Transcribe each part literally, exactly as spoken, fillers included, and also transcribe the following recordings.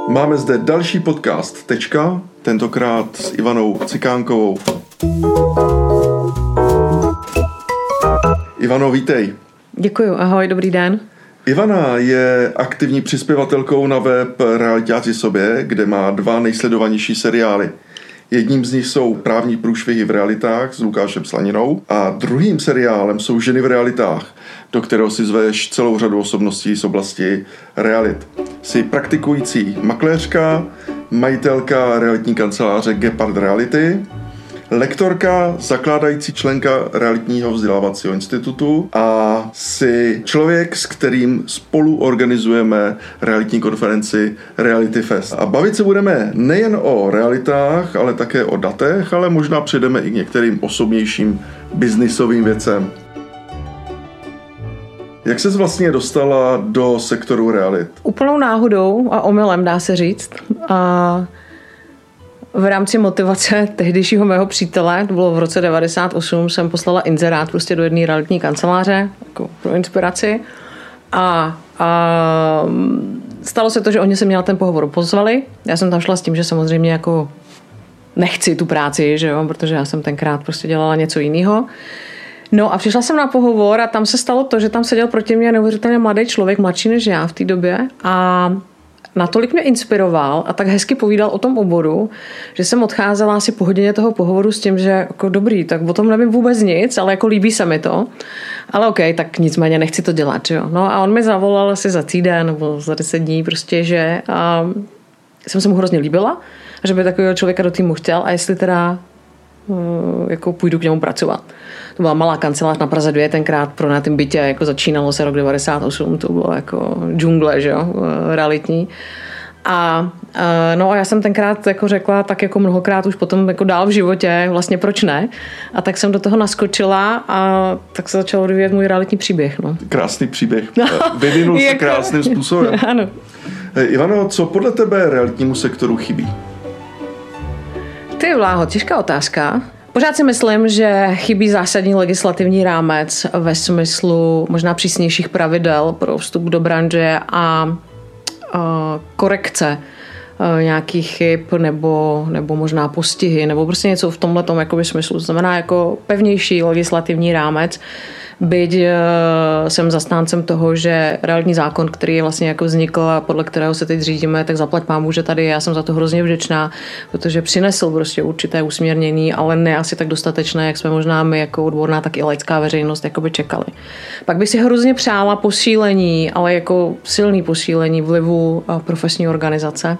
Máme zde další podcast Tečka, tentokrát s Ivanou Cikánkovou. Ivano, vítej. Děkuju, ahoj, dobrý den. Ivana je aktivní přispěvatelkou na web Realitáci sobě, kde má dva nejsledovanější seriály. Jedním z nich jsou Právní průšvihy v realitách s Lukášem Slaninou a druhým seriálem jsou Ženy v realitách, do kterého si zveš celou řadu osobností z oblasti realit. Jsi praktikující makléřka, majitelka realitní kanceláře Gepard Reality, lektorka, zakládající členka realitního vzdělávacího institutu a jsi člověk, s kterým spolu organizujeme realitní konferenci Reality Fest. A bavit se budeme nejen o realitách, ale také o datech, ale možná přejdeme i k některým osobnějším biznisovým věcem. Jak ses vlastně dostala do sektoru realit? Úplnou náhodou a omylem, dá se říct. A v rámci motivace tehdejšího mého přítele, to bylo v roce devadesát osm, jsem poslala inzerát prostě do jedné realitní kanceláře jako pro inspiraci a, a stalo se to, že oni se mě na ten pohovor pozvali. Já jsem tam šla s tím, že samozřejmě jako nechci tu práci, že jo, protože já jsem tenkrát prostě dělala něco jiného. No a přišla jsem na pohovor a tam se stalo to, že tam seděl proti mě neuvěřitelně mladý člověk, mladší než já v té době a natolik mě inspiroval a tak hezky povídal o tom oboru, že jsem odcházela asi po hodině toho pohovoru s tím, že jako dobrý, tak o tom nevím vůbec nic, ale jako líbí se mi to. Ale OK, tak nicméně nechci to dělat, že jo. No a on mi zavolal asi za týden nebo za deset dní prostě, že a jsem se mu hrozně líbila, že by takového člověka do týmu chtěl a jestli teda jako půjdu k němu pracovat. To byla malá kancelář na Praze dva, tenkrát pro na tým bytě, jako začínalo se rok devadesát osm, to bylo jako džungle, že jo, realitní. A no a já jsem tenkrát jako řekla, tak jako mnohokrát už potom jako dál v životě, vlastně proč ne? A tak jsem do toho naskočila a tak se začal odvíjet můj realitní příběh. No. Krásný příběh. Vyvinul se krásným způsobem. Ano. Ivano, co podle tebe realitnímu sektoru chybí? Ty vláho, těžká otázka. Pořád si myslím, že chybí zásadní legislativní rámec ve smyslu možná přísnějších pravidel pro vstup do branže a, a korekce a nějakých chyb nebo, nebo možná postihy nebo prostě něco v tomhletom jakoby smyslu. To znamená jako pevnější legislativní rámec. Byť jsem zastáncem toho, že realitní zákon, který vlastně jako vznikl a podle kterého se teď řídíme, tak zaplať pámu, že tady já jsem za to hrozně vděčná, protože přinesl prostě určité usměrnění, ale ne asi tak dostatečné, jak jsme možná my jako odborná, tak i laická veřejnost jakoby čekali. Pak bych si hrozně přála posílení, ale jako silný posílení vlivu profesní organizace.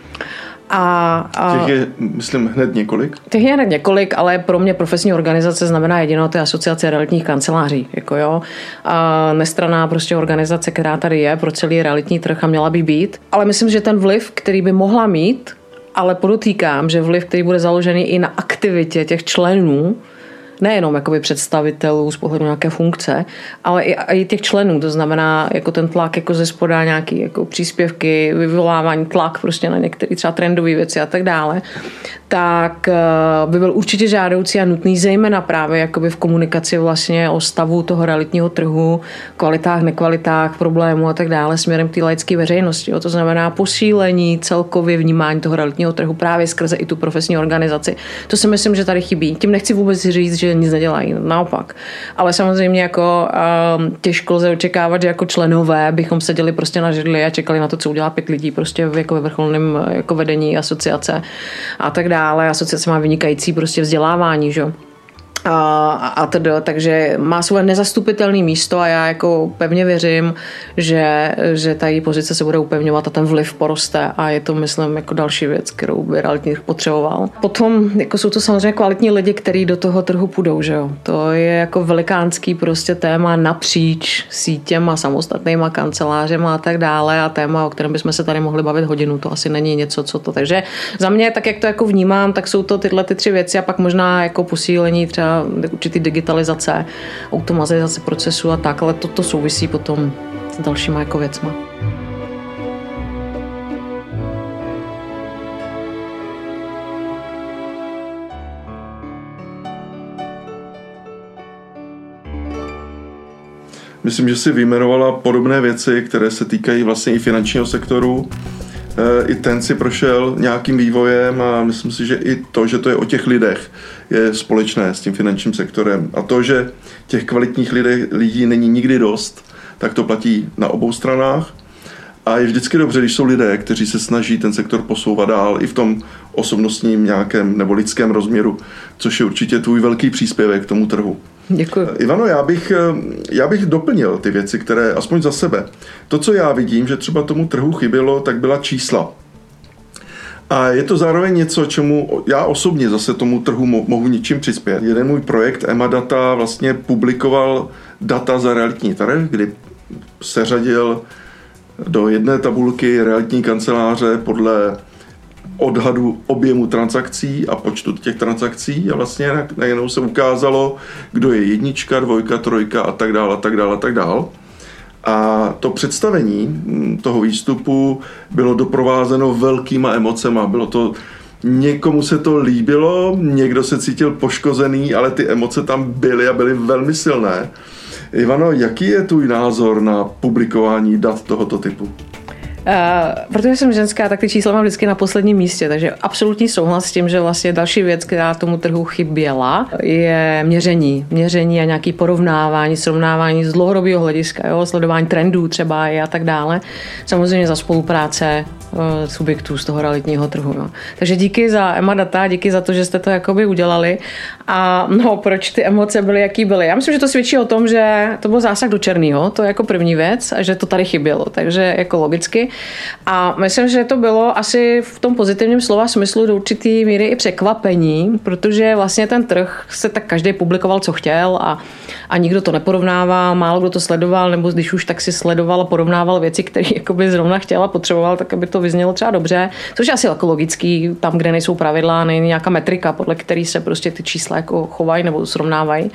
A, a těch je, myslím, hned několik? Těch je hned několik, ale pro mě profesní organizace znamená jedinou, to je asociace realitních kanceláří. Jako jo. A nestranná prostě organizace, která tady je pro celý realitní trh a měla by být. Ale myslím, že ten vliv, který by mohla mít, ale podotýkám, že vliv, který bude založený i na aktivitě těch členů, nejenom jakoby představitelů z pohledu nějaké funkce, ale i, i těch členů, to znamená jako ten tlak jako ze spoda, nějaký jako příspěvky, vyvolávání tlak prostě na některé třeba trendové věci a tak dále, tak by byl určitě žádoucí a nutný zejména právě jakoby v komunikaci vlastně o stavu toho realitního trhu, kvalitách, nekvalitách, problémů a tak dále směrem k té laické veřejnosti. Jo. To znamená posílení celkově vnímání toho realitního trhu právě skrze i tu profesní organizaci. To si myslím, že tady chybí. Tím nechci vůbec říct, že nic nedělají, naopak. Ale samozřejmě jako um, těžko lze očekávat, že jako členové bychom seděli prostě na židli a čekali na to, co udělá pět lidí prostě jako ve vrcholném jako vedení asociace a tak dále. Asociace má vynikající prostě vzdělávání, že? A, a teda, takže má svoje nezastupitelné místo a já jako pevně věřím, že, že ta její pozice se bude upevňovat a ten vliv poroste a je to, myslím, jako další věc, kterou by realitně potřeboval. Potom jako jsou to samozřejmě kvalitní lidi, kteří do toho trhu půjdou, že jo. To je jako velikánský prostě téma napříč sítěma, samostatnýma kancelářema a tak dále a téma, o kterém bychom se tady mohli bavit hodinu, to asi není něco, co to. Takže za mě, tak jak to jako vnímám, tak jsou to tyhle ty tři věci a pak možná jako posílení třeba určitý digitalizace, automatizace procesu a tak, ale to, to souvisí potom s dalšíma jako věcma. Myslím, že si vyjmenovala podobné věci, které se týkají vlastně i finančního sektoru. i ten si prošel nějakým vývojem a myslím si, že i to, že to je o těch lidech, je společné s tím finančním sektorem. A to, že těch kvalitních lidí, lidí není nikdy dost, tak to platí na obou stranách. A je vždycky dobře, když jsou lidé, kteří se snaží ten sektor posouvat dál i v tom osobnostním nějakém nebo lidském rozměru, což je určitě tvůj velký příspěvek k tomu trhu. Děkuji. Ivano, já bych, já bych doplnil ty věci, které, aspoň za sebe. To, co já vidím, že třeba tomu trhu chybělo, tak byla čísla. A je to zároveň něco, čemu já osobně zase tomu trhu mohu ničím přispět. Jeden můj projekt Emadata vlastně publikoval data za realitní trh, kdy seřadil do jedné tabulky realitní kanceláře podle odhadu objemu transakcí a počtu těch transakcí a vlastně najednou se ukázalo, kdo je jednička, dvojka, trojka a tak dále, a tak dále, a tak dále. A to představení toho výstupu bylo doprovázeno velkýma emocema. Bylo to, někomu se to líbilo, někdo se cítil poškozený, ale ty emoce tam byly a byly velmi silné. Ivano, jaký je tvůj názor na publikování dat tohoto typu? Uh, protože jsem ženská, tak ty čísla mám vždycky na posledním místě, takže absolutní souhlas s tím, že vlastně další věc, která tomu trhu chyběla, je měření. Měření a nějaké porovnávání, srovnávání z dlouhodobého hlediska, jo, sledování trendů třeba a tak dále. Samozřejmě za spolupráce uh, subjektů z toho realitního trhu. Jo. Takže díky za Emadata, díky za to, že jste to jakoby udělali. A no, proč ty emoce byly, jaký byly? Já myslím, že to svědčí o tom, že to byl zásah do černého, to je jako první věc, a že to tady chybělo, takže jako logicky. A myslím, že to bylo asi v tom pozitivním slova smyslu do určitý míry i překvapení, protože vlastně ten trh se tak každý publikoval, co chtěl a, a nikdo to neporovnává, málo kdo to sledoval, nebo když už tak si sledoval a porovnával věci, které jakoby zrovna chtěl a potřeboval, tak aby to vyznělo třeba dobře, což je asi jako logický, tam, kde nejsou pravidla, není nějaká metrika, podle který se prostě ty čísla jako chovají nebo srovnávají.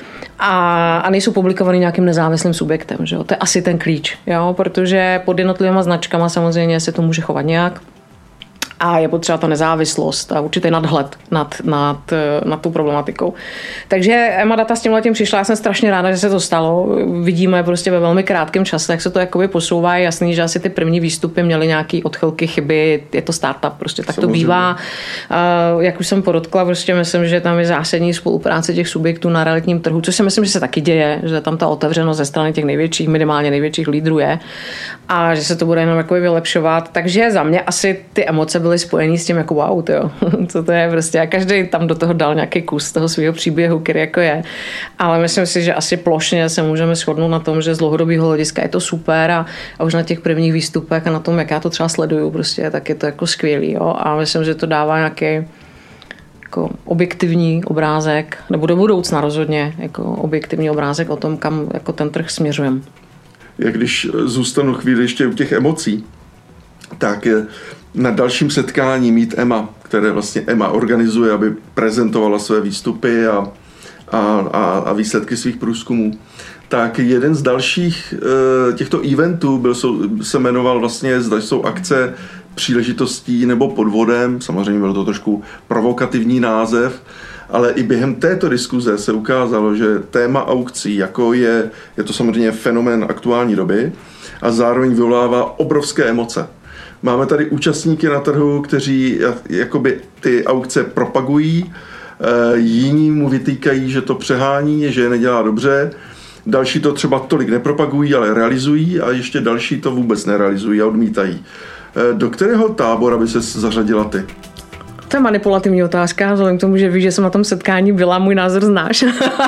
A, a nejsou publikovaný nějakým nezávislým subjektem. Že jo? To je asi ten klíč, jo? Protože pod jednotlivými značkama samozřejmě se to může chovat nějak. A je potřeba ta nezávislost a určitý nadhled nad, nad, nad tou problematikou. Takže Emadata s tímhletím přišla, já jsem strašně ráda, že se to stalo. Vidíme prostě ve velmi krátkém čase, jak se to jakoby posouvá. Je jasný, že asi ty první výstupy měly nějaké odchylky, chyby, je to startup, prostě tak to bývá. Jak už jsem podotkla, prostě myslím, že tam je zásadní spolupráce těch subjektů na realitním trhu, což si myslím, že se taky děje, že tam ta otevřenost ze strany těch největších, minimálně největších lídrů je a že se to bude jenom jakoby vylepšovat. Takže za mě asi ty emoce byly spojený s tím jako wow, tyjo, co to je prostě. A každý tam do toho dal nějaký kus toho svého příběhu, který jako je. Ale myslím si, že asi plošně se můžeme shodnout na tom, že z dlouhodobého hlediska je to super a, a už na těch prvních výstupech a na tom, jak já to třeba sleduju, prostě, tak je to jako skvělý. Jo? A myslím, že to dává nějaký jako objektivní obrázek, nebo do budoucna rozhodně jako objektivní obrázek o tom, kam jako ten trh směřujeme. Jak když zůstanu chvíli ještě u těch emocí, tak je na dalším setkání mít Ema, které vlastně Ema organizuje, aby prezentovala své výstupy a, a, a, a výsledky svých průzkumů. Tak jeden z dalších e, těchto eventů byl, se jmenoval vlastně, zda jsou akce příležitostí nebo podvodem. Samozřejmě byl to trošku provokativní název, ale i během této diskuze se ukázalo, že téma aukcí, jako je, je to samozřejmě fenomén aktuální doby a zároveň vyvolává obrovské emoce. Máme tady účastníky na trhu, kteří jakoby ty aukce propagují, jiní mu vytýkají, že to přehání, že je nedělá dobře, další to třeba tolik nepropagují, ale realizují a ještě další to vůbec nerealizují a odmítají. Do kterého tábora by se zařadila ty? To je manipulativní otázka, vzhledem k tomu, že víš, že jsem na tom setkání byla, můj názor znáš.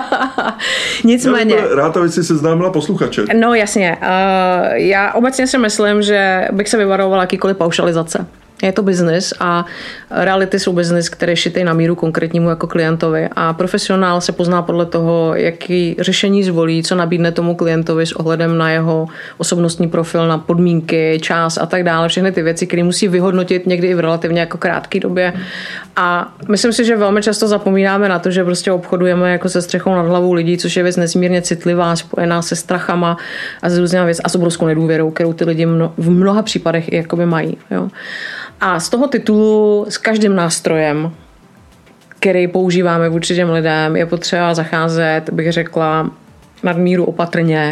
Nicméně. Já bych rád, aby si seznámila posluchače. No jasně. Uh, já obecně si myslím, že bych se vyvarovala jakýkoliv paušalizace. Je to biznis a reality jsou biznis, který je šitý na míru konkrétnímu jako klientovi a profesionál se pozná podle toho, jaký řešení zvolí, co nabídne tomu klientovi s ohledem na jeho osobnostní profil, na podmínky, čas a tak dále. Všechny ty věci, které musí vyhodnotit někdy i v relativně jako krátké době. A myslím si, že velmi často zapomínáme na to, že prostě obchodujeme jako se střechou nad hlavou lidí, což je věc nesmírně citlivá, spojená se strachama a s různými věc a s obrovskou nedůvěrou, kterou ty lidi mno, v mnoha případech i jakoby mají. Jo. A z toho titulu s každým nástrojem, který používáme vůči těm lidem, je potřeba zacházet, bych řekla, nadmíru opatrně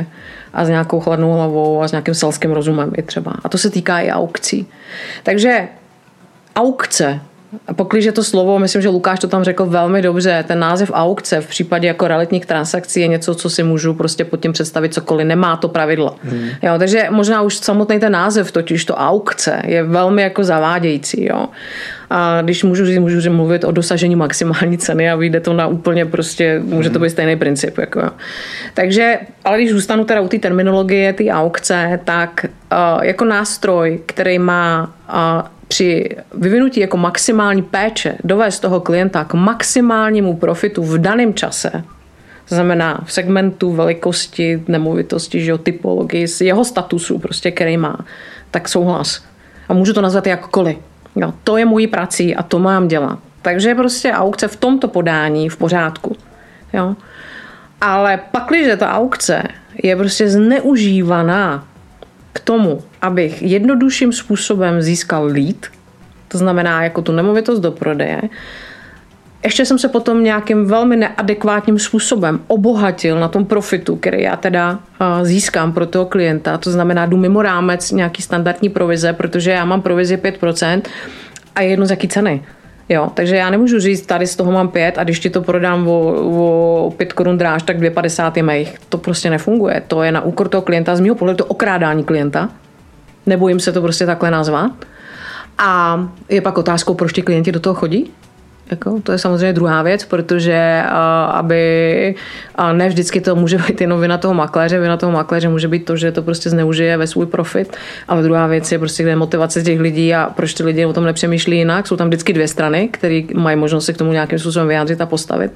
a s nějakou chladnou hlavou a s nějakým selským rozumem i třeba. A to se týká i aukcí. Takže aukce, pokliže to slovo, myslím, že Lukáš to tam řekl velmi dobře, ten název aukce v případě jako realitních transakcí je něco, co si můžu prostě pod tím představit cokoliv, nemá to pravidla. Hmm. Jo, takže možná už samotný ten název, totiž to aukce, je velmi jako zavádějící. Jo. A když můžu říct, můžu mluvit o dosažení maximální ceny a vyjde to na úplně prostě, může to být stejný princip. Jako, jo. Takže, ale když zůstanu teda u té terminologie, té aukce, tak uh, jako nástroj, který má uh, při vyvinutí jako maximální péče dovést toho klienta k maximálnímu profitu v daném čase, to znamená v segmentu velikosti, nemovitosti, že jo, typologii, jeho statusu, prostě, který má, tak souhlas. A můžu to nazvat jakkoliv. Jo, to je mojí prací a to mám dělat. Takže prostě aukce v tomto podání v pořádku. Jo. Ale pakliže ta aukce je prostě zneužívaná k tomu, abych jednodušším způsobem získal lead, to znamená jako tu nemovitost do prodeje, ještě jsem se potom nějakým velmi neadekvátním způsobem obohatil na tom profitu, který já teda získám pro toho klienta, to znamená jdu mimo rámec nějaký standardní provize, protože já mám provizi pět procent a je jedno z jaký ceny. Jo, takže já nemůžu říct, tady z toho mám pět a když ti to prodám o, o pět korun dráž, tak dvě padesát je mých. To prostě nefunguje. To je na úkor toho klienta, z mého pohledu to okrádání klienta. Nebojím se to prostě takhle nazvat. A je pak otázkou, proč ti klienti do toho chodí. Jako, to je samozřejmě druhá věc, protože uh, aby uh, ne vždycky to může být jenom vina toho makléře, vina toho makléře může být to, že to prostě zneužije ve svůj profit, ale druhá věc je prostě, kde je motivace těch lidí a proč ty lidi o tom nepřemýšlí jinak. Jsou tam vždycky dvě strany, které mají možnost se k tomu nějakým způsobem vyjádřit a postavit.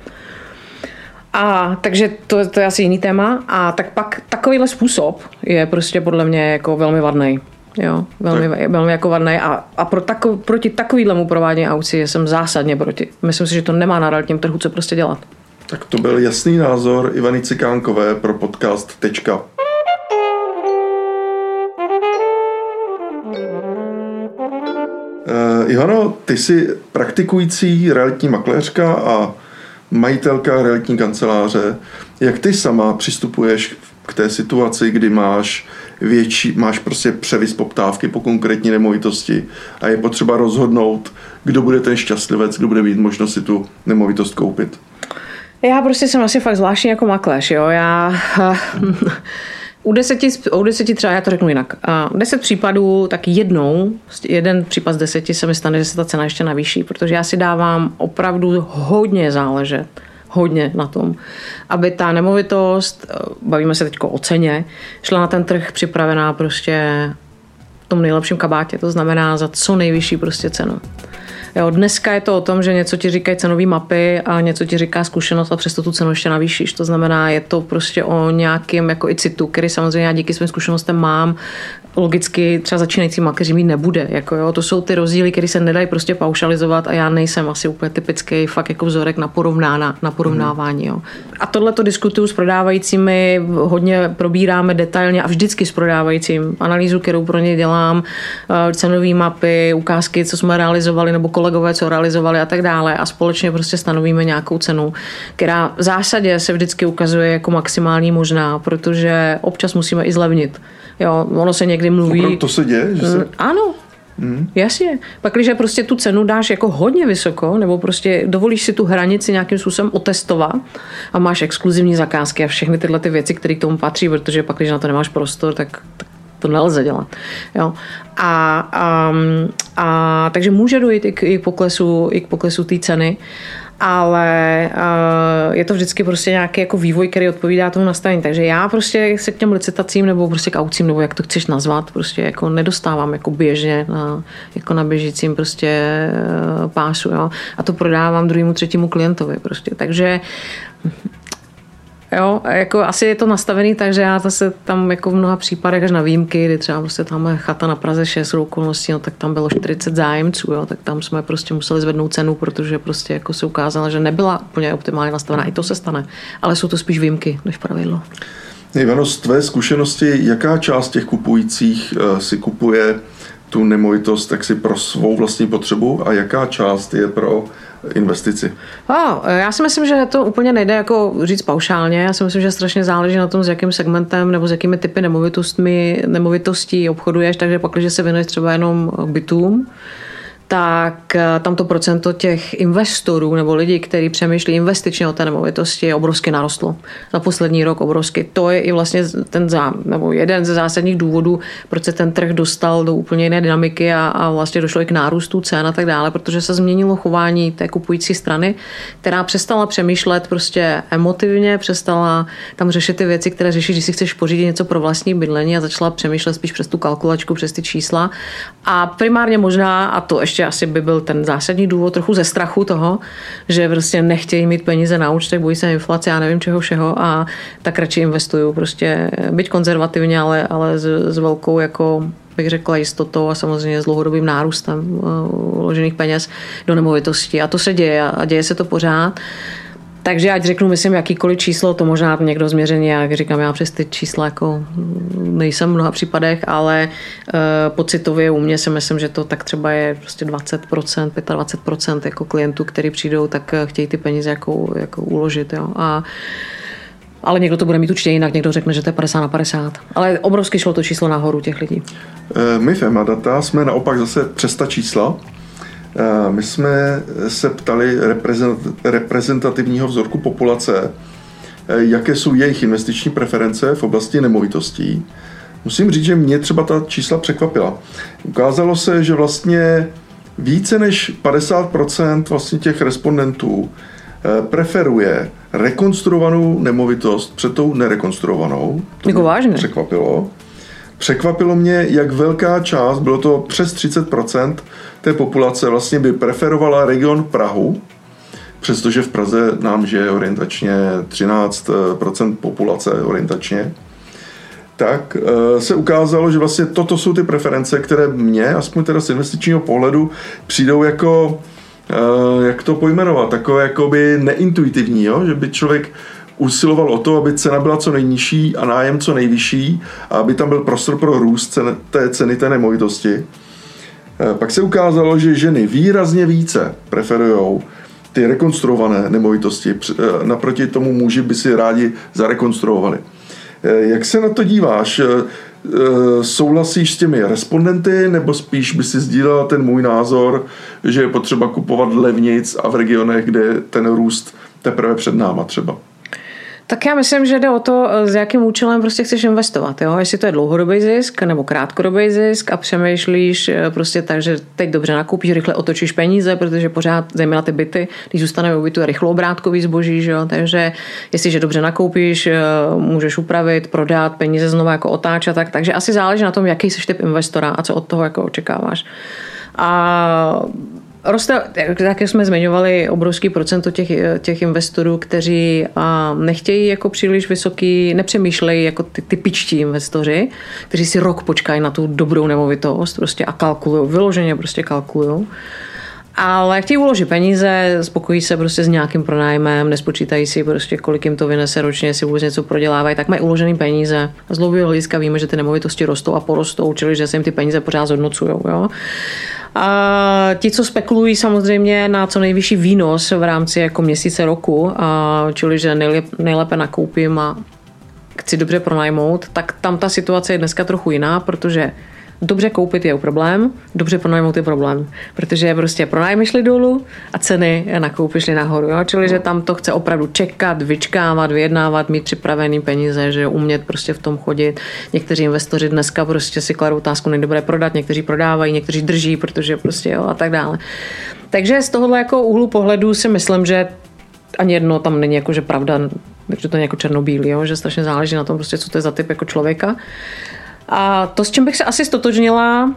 A takže to, to je asi jiný téma. A tak pak takovýhle způsob je prostě podle mě jako velmi vadný. Jo, velmi, velmi jako vadný a, a pro tako, proti takovýhlemu provádění aukcí jsem zásadně proti. Myslím si, že to nemá na realitním trhu co prostě dělat. Tak to byl jasný názor Ivany Cikánkové pro podcast Tečka. Uh, Ivano, ty jsi praktikující realitní makléřka a majitelka realitní kanceláře. Jak ty sama přistupuješ k té situaci, kdy máš větší, máš prostě převis poptávky po konkrétní nemovitosti a je potřeba rozhodnout, kdo bude ten šťastlivec, kdo bude mít možnost si tu nemovitost koupit? Já prostě jsem asi fakt zvláštní jako makléř, jo. Já u deseti, u deseti třeba, já to řeknu jinak, u deset případů, tak jednou, jeden případ z deseti se mi stane, že se ta cena ještě navýší, protože já si dávám opravdu hodně záležet. Hodně na tom, aby ta nemovitost, bavíme se teď o ceně, šla na ten trh připravená prostě v tom nejlepším kabátě, to znamená za co nejvyšší prostě cenu. Jo, dneska je to o tom, že něco ti říkají cenové mapy a něco ti říká zkušenost a přesto tu cenu ještě navýšíš. To znamená, je to prostě o nějakém jako i citu, který samozřejmě já díky svým zkušenostem mám, logicky třeba začínající makléři mít nebude. Jako jo, to jsou ty rozdíly, které se nedají prostě paušalizovat a já nejsem asi úplně typický fakt jako vzorek na, porovnána, na porovnávání. Jo. A tohle to diskutuju s prodávajícími, hodně probíráme detailně a vždycky s prodávajícím. Analýzu, kterou pro ně dělám, cenové mapy, ukázky, co jsme realizovali nebo kolegové, co realizovali a tak dále a společně prostě stanovíme nějakou cenu, která v zásadě se vždycky ukazuje jako maximální možná, protože občas musíme i zlevnit. Jo, ono se někdy mluví... Opravdu to se děje? Že se... Mm, ano, mm. jasně. Pak, když prostě tu cenu dáš jako hodně vysoko, nebo prostě dovolíš si tu hranici nějakým způsobem otestovat a máš exkluzivní zakázky a všechny tyhle ty věci, které k tomu patří, protože pak, když na to nemáš prostor, tak, tak to nelze dělat. Jo. A, a, a takže může dojít i k, i k poklesu, i k poklesu té ceny, ale uh, je to vždycky prostě nějaký jako vývoj, který odpovídá tomu nastavení. Takže já prostě se k těm licitacím nebo prostě k aukcím, nebo jak to chceš nazvat, prostě jako nedostávám jako běžně na, jako na běžícím prostě uh, pásu. Jo? A to prodávám druhému, třetímu klientovi prostě. Takže jo, jako asi je to nastavený, takže já zase tam jako v mnoha případech až na výjimky, kdy třeba prostě tam chata na Praze šest okolností, no, tak tam bylo čtyřicet zájemců, jo, tak tam jsme prostě museli zvednout cenu, protože prostě jako se ukázalo, že nebyla úplně optimálně nastavená. I to se stane, ale jsou to spíš výjimky než pravidlo. Ivano, z tvé zkušenosti, jaká část těch kupujících si kupuje tu nemovitost tak si pro svou vlastní potřebu a jaká část je pro investici? Oh, já si myslím, že to úplně nejde jako říct paušálně. Já si myslím, že strašně záleží na tom, s jakým segmentem nebo s jakými typy nemovitostmi, nemovitostí obchoduješ, takže pak, když se věnuješ třeba jenom bytům, tak tam to procento těch investorů nebo lidí, kteří přemýšlí investičně o té nemovitosti, obrovsky narostlo. Za poslední rok obrovsky. To je i vlastně ten zá, nebo jeden ze zásadních důvodů, proč se ten trh dostal do úplně jiné dynamiky a, a vlastně došlo i k nárůstu cen a tak dále, protože se změnilo chování té kupující strany, která přestala přemýšlet prostě emotivně, přestala tam řešit ty věci, které řeší, když si chceš pořídit něco pro vlastní bydlení a začala přemýšlet spíš přes tu kalkulačku, přes ty čísla. A primárně možná, a to ještě asi by byl ten zásadní důvod trochu ze strachu toho, že prostě nechtějí mít peníze na účtech, bojí se inflace, já nevím čeho všeho a tak radši investují prostě, byť konzervativně, ale, ale s, s velkou jako bych řekla jistotou a samozřejmě s dlouhodobým nárůstem uložených peněz do nemovitostí. A to se děje a děje se to pořád. Takže ať řeknu, myslím, jakýkoliv číslo, to možná někdo změření, jak říkám, já přes ty čísla jako nejsem v mnoha případech, ale e, pocitově u mě si myslím, že to tak třeba je prostě dvacet procent, dvacet pět procent jako klientů, kteří přijdou, tak chtějí ty peníze jako, jako uložit. Jo. A, ale někdo to bude mít určitě jinak, někdo řekne, že to je padesát na padesát. Ale obrovsky šlo to číslo nahoru těch lidí. E, my v Emadata jsme naopak zase přes ta čísla. My jsme se ptali reprezentativního vzorku populace, jaké jsou jejich investiční preference v oblasti nemovitostí. Musím říct, že mě třeba ta čísla překvapila. Ukázalo se, že vlastně více než padesát procent vlastně těch respondentů preferuje rekonstruovanou nemovitost před tou nerekonstruovanou. To jako vážně? Překvapilo. Překvapilo mě, jak velká část, bylo to přes třicet procent té populace, vlastně by preferovala region Prahu, přestože v Praze nám žije orientačně třináct procent populace orientačně, tak se ukázalo, že vlastně toto jsou ty preference, které mě, aspoň teda z investičního pohledu, přijdou jako, jak to pojmenovat, takové jakoby neintuitivní, jo? Že by člověk usiloval o to, aby cena byla co nejnižší a nájem co nejvyšší a aby tam byl prostor pro růst cen, té ceny té nemovitosti. Pak se ukázalo, že ženy výrazně více preferujou ty rekonstruované nemovitosti. Naproti tomu muži by si rádi zarekonstruovali. Jak se na to díváš? Souhlasíš s těmi respondenty nebo spíš by si sdílel ten můj názor, že je potřeba kupovat levnic a v regionech, kde je ten růst teprve před náma třeba? Tak já myslím, že jde o to, s jakým účelem prostě chceš investovat. Jo? Jestli to je dlouhodobý zisk nebo krátkodobý zisk a přemýšlíš prostě tak, že teď dobře nakoupíš, rychle otočíš peníze, protože pořád, zejména ty byty, když zůstaneme u bytu, je rychloobrátkový zboží, že jo? Takže jestliže dobře nakoupíš, můžeš upravit, prodat, peníze znovu jako otáčet, tak, takže asi záleží na tom, jaký jsi typ investora a co od toho jako očekáváš. A roste, jak jsme zmiňovali, obrovský procento těch, těch investorů, kteří a, nechtějí jako příliš vysoký, nepřemýšlejí jako ty typičtí investoři, kteří si rok počkají na tu dobrou nemovitost prostě a kalkulují, vyloženě prostě kalkulují. Ale chtějí uložit peníze, spokojí se prostě s nějakým pronájmem, nespočítají si prostě, kolik jim to vynese ročně, jestli vůbec něco prodělávají, tak mají uložený peníze. A z dlouhého hlediska víme, že ty nemovitosti rostou a porostou, čili že se jim ty peníze pořád zhodnocujou. Jo? A ti, co spekulují samozřejmě na co nejvyšší výnos v rámci jako měsíce roku, a čili že nejlépe, nejlépe nakoupím a chci dobře pronajmout, tak tam ta situace je dneska trochu jiná, protože dobře koupit je problém, dobře pronajmout je problém, protože prostě pronájmy šly dolů a ceny na koupy šly nahoru. Jo? Čili, že tam to chce opravdu čekat, vyčkávat, vyjednávat, mít připravený peníze, že umět prostě v tom chodit. Někteří investoři dneska prostě si kladou otázku, nejde dobré prodat, někteří prodávají, někteří drží, protože prostě jo a tak dále. Takže z tohohle jako úhlu pohledu si myslím, že ani jedno tam není jako, že pravda, že to je jako černobílý, jo? Že strašně záleží na tom prostě, co to je za typ jako člověka. A to, s čím bych se asi stotožnila,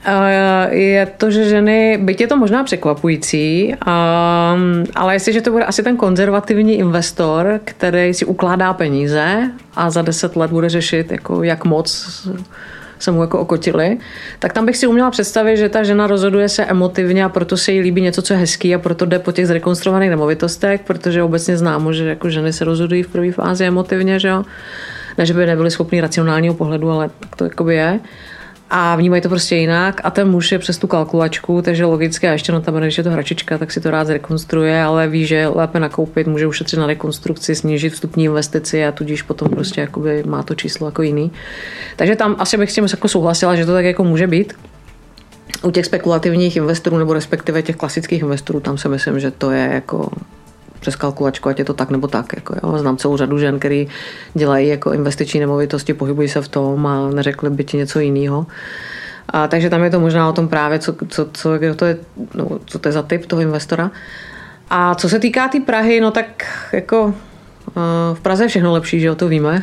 je to, že ženy, byť je to možná překvapující, ale jestliže to bude asi ten konzervativní investor, který si ukládá peníze a za deset let bude řešit, jako jak moc se mu jako okotili, tak tam bych si uměla představit, že ta žena rozhoduje se emotivně a proto se jí líbí něco, co je hezký a proto jde po těch zrekonstruovaných nemovitostech, protože obecně známo, že jako ženy se rozhodují v první fázi emotivně, že jo. Ne, že by nebyli schopni racionálního pohledu, ale tak to jakoby je. a vnímají to prostě jinak a ten muž je přes tu kalkulačku, takže logicky a ještě no tam, když je to hračička, tak si to rád zrekonstruuje, ale ví, že lépe nakoupit, může ušetřit na rekonstrukci, snížit vstupní investici a tudíž potom prostě jakoby má to číslo jako jiný. Takže tam asi bych s tím jako souhlasila, že to tak jako může být. U těch spekulativních investorů nebo respektive těch klasických investorů, tam si myslím, že to je jako přes kalkulačku, ať je to tak nebo tak. Jako, jo. Znám celou řadu žen, který dělají jako investiční nemovitosti, pohybují se v tom a neřekli by ti něco jiného. A, takže tam je to možná o tom právě, co, co, co, to, je, no, co to je za typ toho investora. A co se týká té tý Prahy, no tak jako v Praze je všechno lepší, že jo, to víme.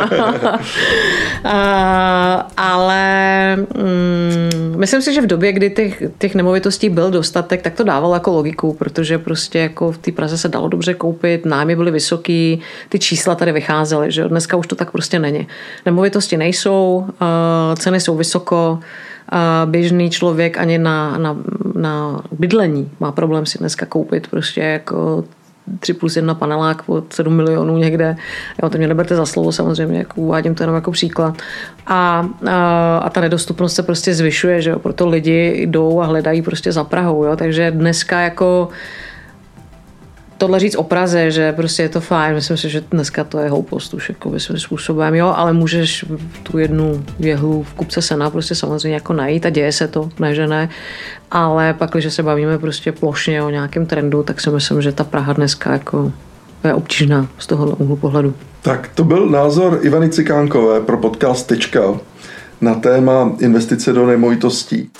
Ale mm, myslím si, že v době, kdy těch, těch nemovitostí byl dostatek, tak to dávalo jako logiku, protože prostě jako v té Praze se dalo dobře koupit, nájmy byly vysoký, ty čísla tady vycházely, že jo, dneska už to tak prostě není. Nemovitosti nejsou, ceny jsou vysoko, běžný člověk ani na, na, na bydlení má problém si dneska koupit prostě jako tři plus jedna panelák pod sedm milionů někde. Jo, to mě neberte za slovo samozřejmě, jako uvádím to jenom jako příklad. A, a, a ta nedostupnost se prostě zvyšuje, že jo, proto lidi jdou a hledají prostě za Prahou, jo, takže dneska jako tohle říct o Praze, že prostě je to fajn, myslím si, že dneska to je hloupost už jako svým způsobem, jo, ale můžeš tu jednu jehlu v kupce sena prostě samozřejmě jako najít a děje se to, ne, že ne, ale pak, když se bavíme prostě plošně o nějakém trendu, tak si myslím, že ta Praha dneska jako je obtížná z tohohle úhlu pohledu. Tak to byl názor Ivany Cikánkové pro podcast Tečka na téma investice do nemovitostí.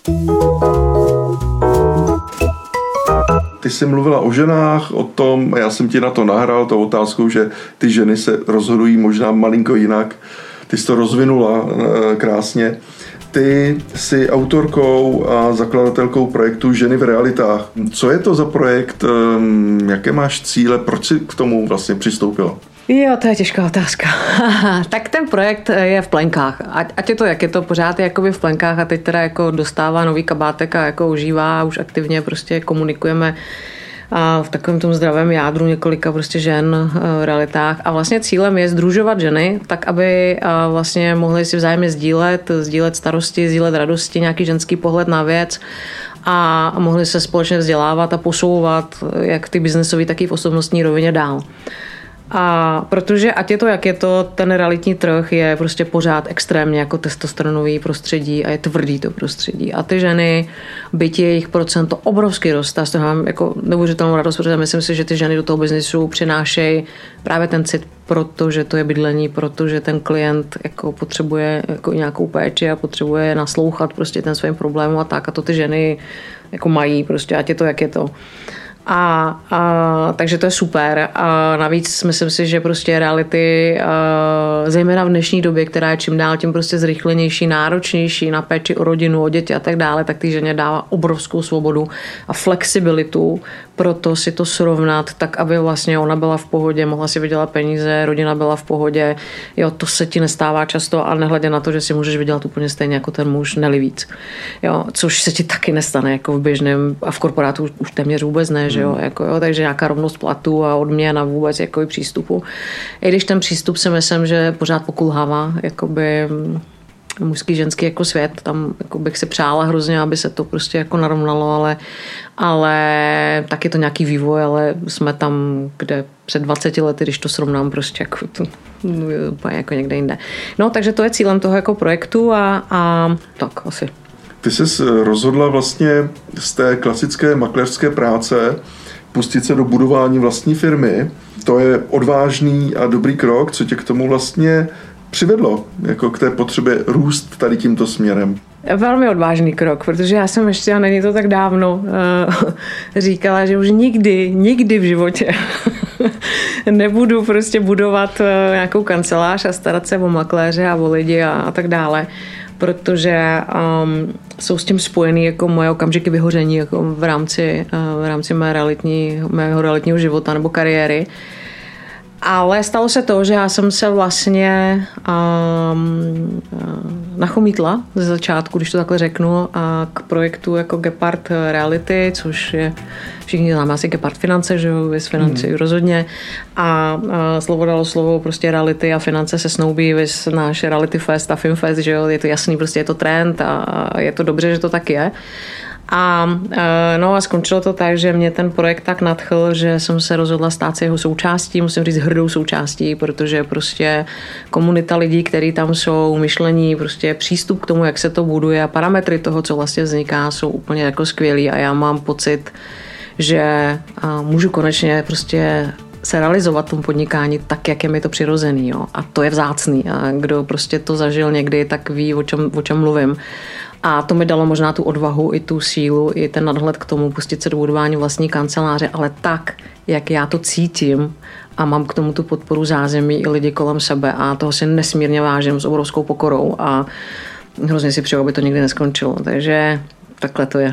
Ty jsi mluvila o ženách, o tom, já jsem ti na to nahrál, tou otázkou, že ty ženy se rozhodují možná malinko jinak. Ty jsi to rozvinula krásně. Ty jsi autorkou a zakladatelkou projektu Ženy v realitách. Co je to za projekt? Jaké máš cíle? Proč jsi k tomu vlastně přistoupila? Jo, to je těžká otázka. Tak ten projekt je v plenkách. Ať, ať je to, jak je to, pořád je jakoby v plenkách a teď teda jako dostává nový kabátek a jako užívá, už aktivně prostě komunikujeme a v takovém tom zdravém jádru několika prostě žen v realitách. A vlastně cílem je sdružovat ženy, tak aby vlastně mohly si vzájemně sdílet, sdílet starosti, sdílet radosti, nějaký ženský pohled na věc a mohli se společně vzdělávat a posouvat jak ty biznesové, tak i v osobnostní rovině dál. A protože ať je to, jak je to, ten realitní trh je prostě pořád extrémně jako testosteronový prostředí a je tvrdý to prostředí. A ty ženy, byť jejich procento obrovský roste, a z toho mám jako neuvěřitelnou radost, protože myslím si, že ty ženy do toho biznesu přinášejí právě ten cit, protože to je bydlení, protože ten klient jako potřebuje jako nějakou péči a potřebuje naslouchat prostě ten svým problémům a tak. A to ty ženy jako mají prostě, ať je to, jak je to. A, a takže to je super. A navíc myslím si, že prostě reality, a, zejména v dnešní době, která je čím dál tím prostě zrychlenější, náročnější na péči o rodinu, o děti a tak dále, tak ty ženě dává obrovskou svobodu a flexibilitu pro to si to srovnat tak, aby vlastně ona byla v pohodě, mohla si vydělat peníze, rodina byla v pohodě. Jo, to se ti nestává často a nehledě na to, že si můžeš vydělat úplně stejně jako ten muž, neli víc. Jo, což se ti taky nestane jako v běžném a v korporátu už téměř vůbec ne, že jo, jako jo, takže nějaká rovnost platu a odměna vůbec jako i přístupu. I když ten přístup si myslím, že pořád pokulhává, jakoby mužský, ženský jako svět, tam jako bych si přála hrozně, aby se to prostě jako narovnalo, ale, ale tak je to nějaký vývoj, ale jsme tam, kde před dvaceti lety, když to srovnám prostě jako, to, úplně jako někde jinde. No, takže to je cílem toho jako projektu a, a tak asi. Ty jsi rozhodla vlastně z té klasické makléřské práce pustit se do budování vlastní firmy. To je odvážný a dobrý krok, co tě k tomu vlastně přivedlo, jako k té potřebě růst tady tímto směrem. Velmi odvážný krok, protože já jsem ještě, a není to tak dávno, říkala, že už nikdy, nikdy v životě nebudu prostě budovat nějakou kancelář a starat se o makléře a o lidi a, a tak dále, protože um, jsou s tím spojený jako moje okamžiky vyhoření jako v rámci, uh, v rámci mé realitní, mého realitního života nebo kariéry. Ale stalo se to, že já jsem se vlastně um, nachomítla ze začátku, když to takhle řeknu, a k projektu jako Gepard Reality, což je, všichni známe asi Gepard Finance, že jo, vys financí mm. rozhodně. A, a slovo dalo slovo, prostě reality a finance se snoubí, vys náš Reality Fest a Film Fest, že jo, je to jasný, prostě je to trend a je to dobře, že to tak je. A, no a skončilo to tak, že mě ten projekt tak nadchl, že jsem se rozhodla stát se jeho součástí, musím říct hrdou součástí, protože prostě komunita lidí, kteří tam jsou, myšlení, prostě přístup k tomu, jak se to buduje a parametry toho, co vlastně vzniká, jsou úplně jako skvělý a já mám pocit, že můžu konečně prostě se realizovat v tom podnikání tak, jak je mi to přirozený. Jo? A to je vzácný. A kdo prostě to zažil někdy, tak ví, o čem, o čem mluvím. A to mi dalo možná tu odvahu i tu sílu, i ten nadhled k tomu pustit se do budování vlastní kanceláře, ale tak, jak já to cítím a mám k tomu tu podporu zázemí i lidi kolem sebe a toho si nesmírně vážím s obrovskou pokorou a hrozně si přeju, aby to nikdy neskončilo. Takže takhle to je.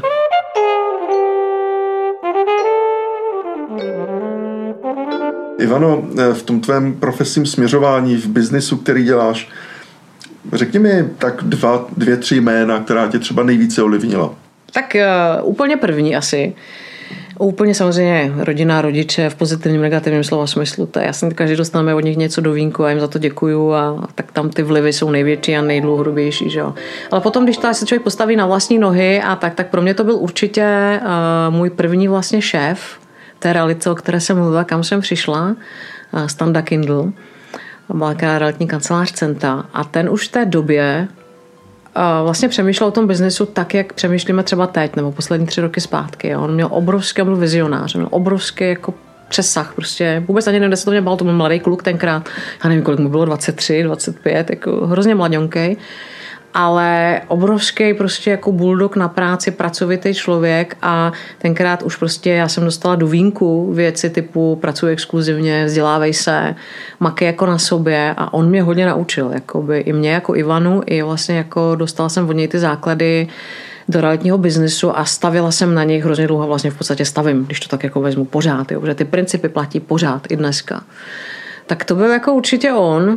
Ivano, v tom tvém profesním směřování, v biznisu, který děláš, řekni mi tak dva, dvě, tři jména, která tě třeba nejvíce ovlivnila. Tak uh, úplně první asi. Úplně samozřejmě rodina, rodiče v pozitivním, negativním slova smyslu. To je jasný, každý dostaneme od nich něco do vínku a jim za to děkuju a tak tam ty vlivy jsou největší a nejdlouhodobější. Že jo. Ale potom, když se člověk postaví na vlastní nohy a tak, tak pro mě to byl určitě uh, můj první vlastně šéf té reality, o které jsem mluvila, kam jsem přišla, uh, Standa Kindl. Byla realitní kancelář Centa a ten už v té době uh, vlastně přemýšlel o tom biznesu tak, jak přemýšlíme třeba teď nebo poslední tři roky zpátky. Jo. On měl obrovský, byl vizionář, měl obrovský jako přesah, prostě vůbec ani nevím, kde se to mě bál, to byl mladý kluk tenkrát, já nevím, kolik mu bylo, dvacet tři, dvacet pět, jako hrozně mladňonkej, ale obrovský prostě jako bulldog na práci, pracovitý člověk a tenkrát už prostě já jsem dostala do vínku věci typu pracuji exkluzivně, vzdělávej se, makej jako na sobě a on mě hodně naučil, jakoby i mě jako Ivanu, i vlastně jako dostala jsem od něj ty základy do realitního biznesu a stavila jsem na nich hrozně dlouho, vlastně v podstatě stavím, když to tak jako vezmu pořád, jo, že ty principy platí pořád i dneska. Tak to byl jako určitě on.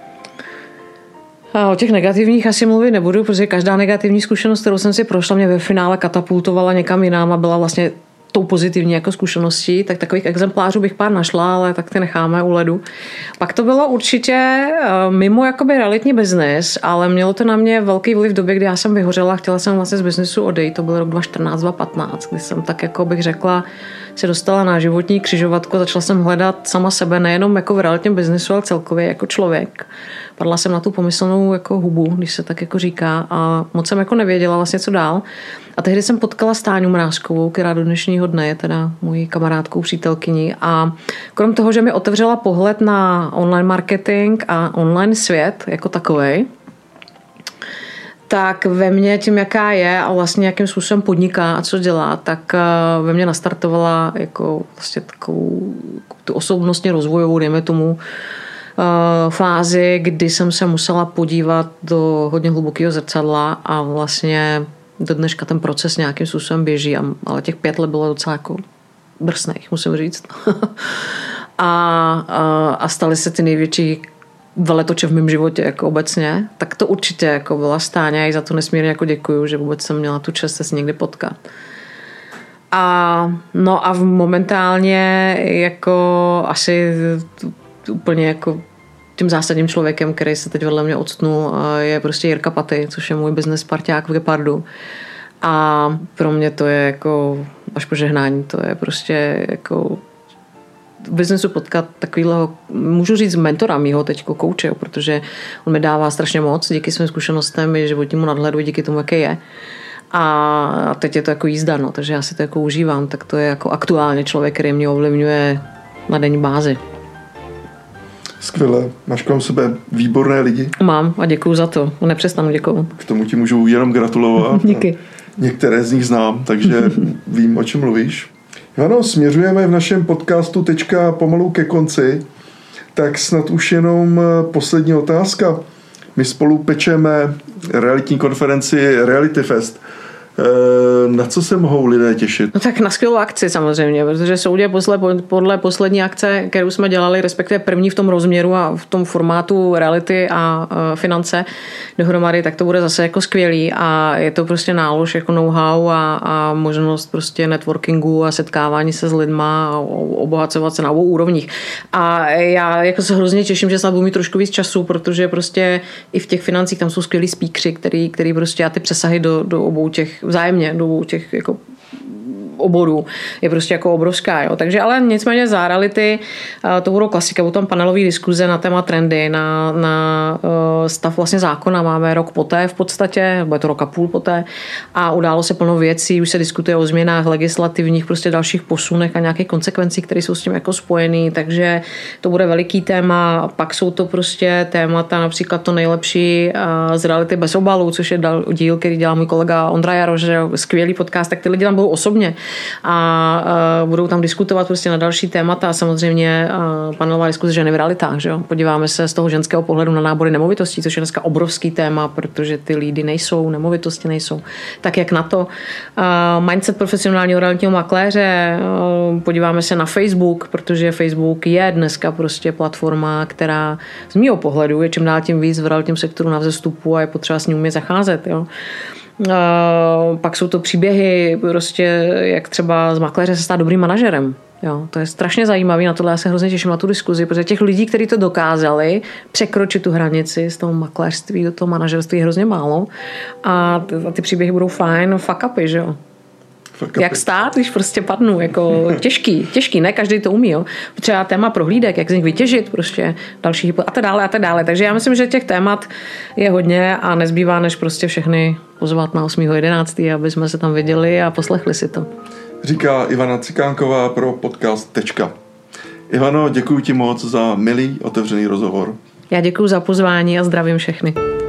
A o těch negativních asi mluvit nebudu, protože každá negativní zkušenost, kterou jsem si prošla, mě ve finále katapultovala někam jinam a byla vlastně tou pozitivní jako zkušeností, tak takových exemplářů bych pár našla, ale tak ty necháme u ledu. Pak to bylo určitě mimo jakoby realitní biznes, ale mělo to na mě velký vliv v době, kdy já jsem vyhořela, chtěla jsem vlastně z biznesu odejít, to byl rok dva tisíce čtrnáct dva tisíce patnáct, kdy jsem tak jako bych řekla, se dostala na životní křižovatku, začala jsem hledat sama sebe, nejenom jako v realitním biznesu, ale celkově jako člověk. Padla jsem na tu pomyslnou jako hubu, když se tak jako říká a moc jsem jako nevěděla vlastně co dál. A tehdy jsem potkala Stáňu Mrázkovou, která do dnešního dne je teda mojí kamarádkou, přítelkyní a krom toho, že mi otevřela pohled na online marketing a online svět jako takovej, tak ve mně tím, jaká je a vlastně jakým způsobem podniká a co dělá, tak ve mně nastartovala jako vlastně takovou tu osobnostně rozvojovou, dejme tomu, fázi, kdy jsem se musela podívat do hodně hlubokého zrcadla a vlastně do dneška ten proces nějakým způsobem běží, ale těch pět let bylo docela jako drsných, musím říct. a, a, a staly se ty největší veletoče v mém životě jako obecně, tak to určitě jako byla Stáňa, já jí za to nesmírně jako děkuju, že vůbec jsem měla tu čest se s někdy potkat. A no a momentálně jako asi úplně jako tím zásadním člověkem, který se teď vedle mě odstnul, je prostě Jirka Paty, což je můj business parťák v Gepardu. A pro mě to je jako až požehnání, to je prostě jako v biznesu potkat takovýhleho, můžu říct mentora mýho teďko kouče, protože on mi dává strašně moc díky svým zkušenostem i životnímu nadhledu, díky tomu, jaký je. A teď je to jako jízda, no, takže já si to jako užívám, tak to je jako aktuálně člověk, který mě ovlivňuje na denní bázi. Skvěle. Máš kolem sebe výborné lidi? Mám a děkuju za to. Nepřestanu děkuju. K tomu ti můžu jenom gratulovat. Díky. Některé z nich znám, takže vím, o čem mluvíš. Ano, směřujeme v našem podcastu teďka pomalu ke konci, tak snad už jenom poslední otázka. My spolu pečeme realitní konferenci Reality Fest. Na co se mohou lidé těšit? No tak na skvělou akci samozřejmě, protože soudě posle, podle poslední akce, kterou jsme dělali, respektive první v tom rozměru a v tom formátu reality a uh, finance dohromady, tak to bude zase jako skvělý a je to prostě nálož jako know-how a, a možnost prostě networkingu a setkávání se s lidma a obohacovat se na obou úrovních. A já jako se hrozně těším, že snad budu mít trošku víc času, protože prostě i v těch financích tam jsou skvělí speakeři, který, který prostě a ty přesahy do, do obou těch vzájemně do těch jako oborů je prostě jako obrovská. Jo. Takže ale nicméně za reality to budou klasika, budou tam panelové diskuze na téma trendy, na, na stav vlastně zákona. Máme rok poté v podstatě, bude to rok a půl poté a událo se plno věcí, už se diskutuje o změnách legislativních, prostě dalších posunech a nějakých konsekvencích, které jsou s tím jako spojený, takže to bude veliký téma. Pak jsou to prostě témata, například to nejlepší z reality bez obalu, což je díl, který dělá můj kolega Ondra Jaroš, že skvělý podcast, tak ty lidi tam budou osobně a uh, budou tam diskutovat prostě na další témata a samozřejmě uh, panelová diskuze ženy v realitách. Že jo? Podíváme se z toho ženského pohledu na nábory nemovitostí, což je dneska obrovský téma, protože ty lídy nejsou, nemovitosti nejsou. Tak jak na to? Uh, mindset profesionálního realitního makléře, uh, podíváme se na Facebook, protože Facebook je dneska prostě platforma, která z mýho pohledu je čím dál tím víc v realitním sektoru na vzestupu a je potřeba s ní umět zacházet. Jo? Uh, pak jsou to příběhy, prostě jak třeba z makléře se stát dobrým manažerem. Jo, to je strašně zajímavý, na tohle já se hrozně těším na tu diskuzi, protože těch lidí, kteří to dokázali překročit tu hranici z toho makléřství do toho manažerství je hrozně málo a ty, a ty příběhy budou fajn, fuck upy, že jo. Jak stát, když prostě padnu, jako těžký, těžký, ne každý to umí, jo. Třeba téma prohlídek, jak z nich vytěžit, prostě další a tak dále a tak dále. Takže já myslím, že těch témat je hodně a nezbývá, než prostě všechny pozvat na osmého jedenáctého aby jsme se tam viděli a poslechli si to. Říká Ivana Cikánková pro podcast Tečka. Ivano, děkuji ti moc za milý, otevřený rozhovor. Já děkuji za pozvání a zdravím všechny.